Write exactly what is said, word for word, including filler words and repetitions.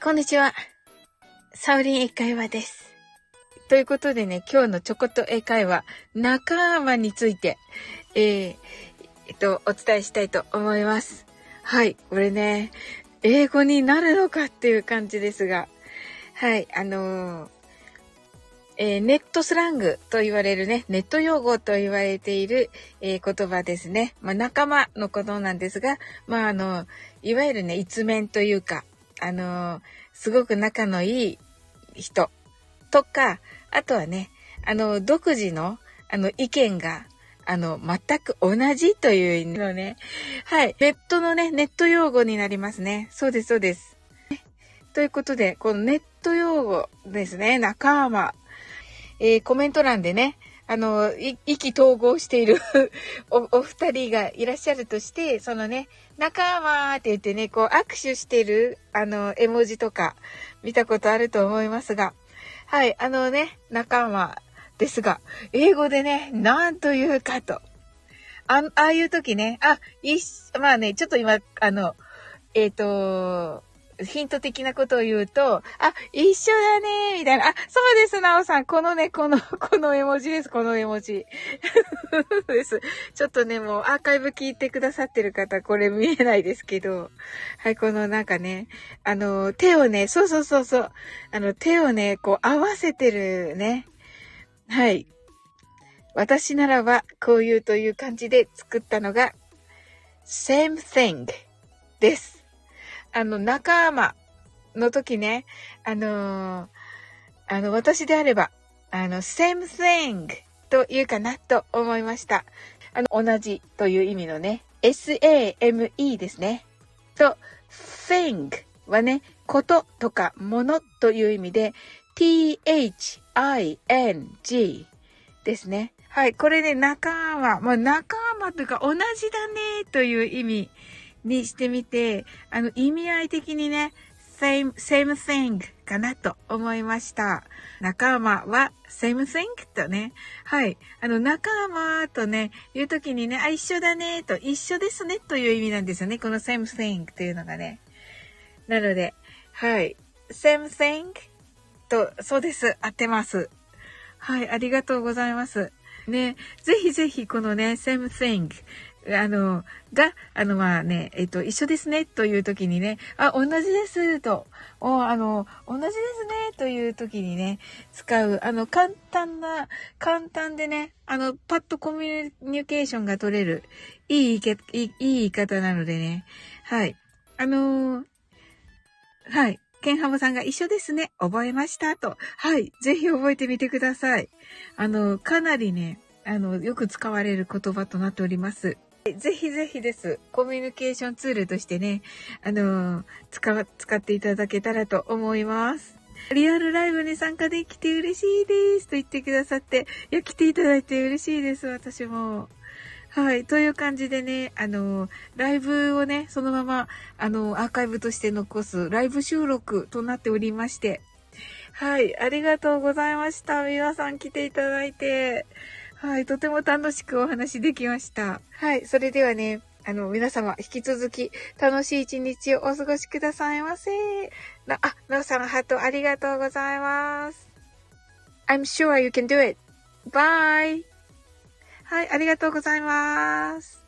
こんにちは。サオリン英会話です。ということでね、今日のちょこっと英会話、仲間について、えー、えっと、お伝えしたいと思います。はい、これね、英語になるのかっていう感じですが、はい、あのーえー、ネットスラングと言われるね、ネット用語と言われている、えー、言葉ですね。まあ、仲間のことなんですが、まあ、あの、いわゆるね、一面というか、あのー、すごく仲のいい人とか、あとはね、あの、独自の、あの、意見が、あの、全く同じというのね。はい。ネットのね、ネット用語になりますね。そうです、そうです。ということで、このネット用語ですね、仲間。えー、コメント欄でね、あの、意気投合しているお、お二人がいらっしゃるとして、そのね、仲間って言ってね、こう握手してる、あの、絵文字とか見たことあると思いますが、はい、あのね、仲間ですが、英語でね、なんというかと。あ、ああいう時ね、あ、いし、まあね、ちょっと今、あの、えっと、ヒント的なことを言うと、あ、一緒だねみたいな。あ、そうです、なおさん。このね、この、この絵文字です、この絵文字。です。ちょっとね、もうアーカイブ聞いてくださってる方、これ見えないですけど、はい、このなんかね、あの、手をね、そうそうそうそう、あの、手をね、こう合わせてるね。はい。私ならば、こういうという感じで作ったのが、same thing です。あの、仲間の時ね、あのー、あの、私であれば、あの、same thing というかなと思いました。あの、同じという意味のね、same ですね。と、thing はね、こととかものという意味で、thing ですね。はい、これね、仲間、まあ、仲間というか同じだねという意味にしてみて、あの、意味合い的にね、same, same thing かなと思いました。仲間は same thing とね。はい。あの、仲間とね、言うときにね、あ、一緒だねと、一緒ですねという意味なんですよね。この same thing というのがね。なので、はい。same thing と、そうです。合ってます。はい。ありがとうございます。ね。ぜひぜひこのね、same thing。あの、が、あの、まあね、えっと、一緒ですね、という時にね、あ、同じです、と、お、あの、同じですね、という時にね、使う、あの、簡単な、簡単でね、あの、パッとコミュニケーションが取れる、いい言い、いい言い方なのでね、はい。あのー、はい。ケンハムさんが一緒ですね、覚えました、と。はい。ぜひ覚えてみてください。あの、かなりね、あの、よく使われる言葉となっております。ぜひぜひです。コミュニケーションツールとしてね、あのー、使、使っていただけたらと思います。リアルライブに参加できて嬉しいですと言ってくださって、いや、来ていただいて嬉しいです、私も。はい。という感じでね、あのー、ライブをね、そのまま、あのー、アーカイブとして残すライブ収録となっておりまして、はい。ありがとうございました。皆さん来ていただいて。はい。とても楽しくお話できました。はい。それではね、あの、皆様、引き続き、楽しい一日をお過ごしくださいませ。な、あ、なおさん、ハートありがとうございます。I'm sure you can do it. Bye. はい。ありがとうございます。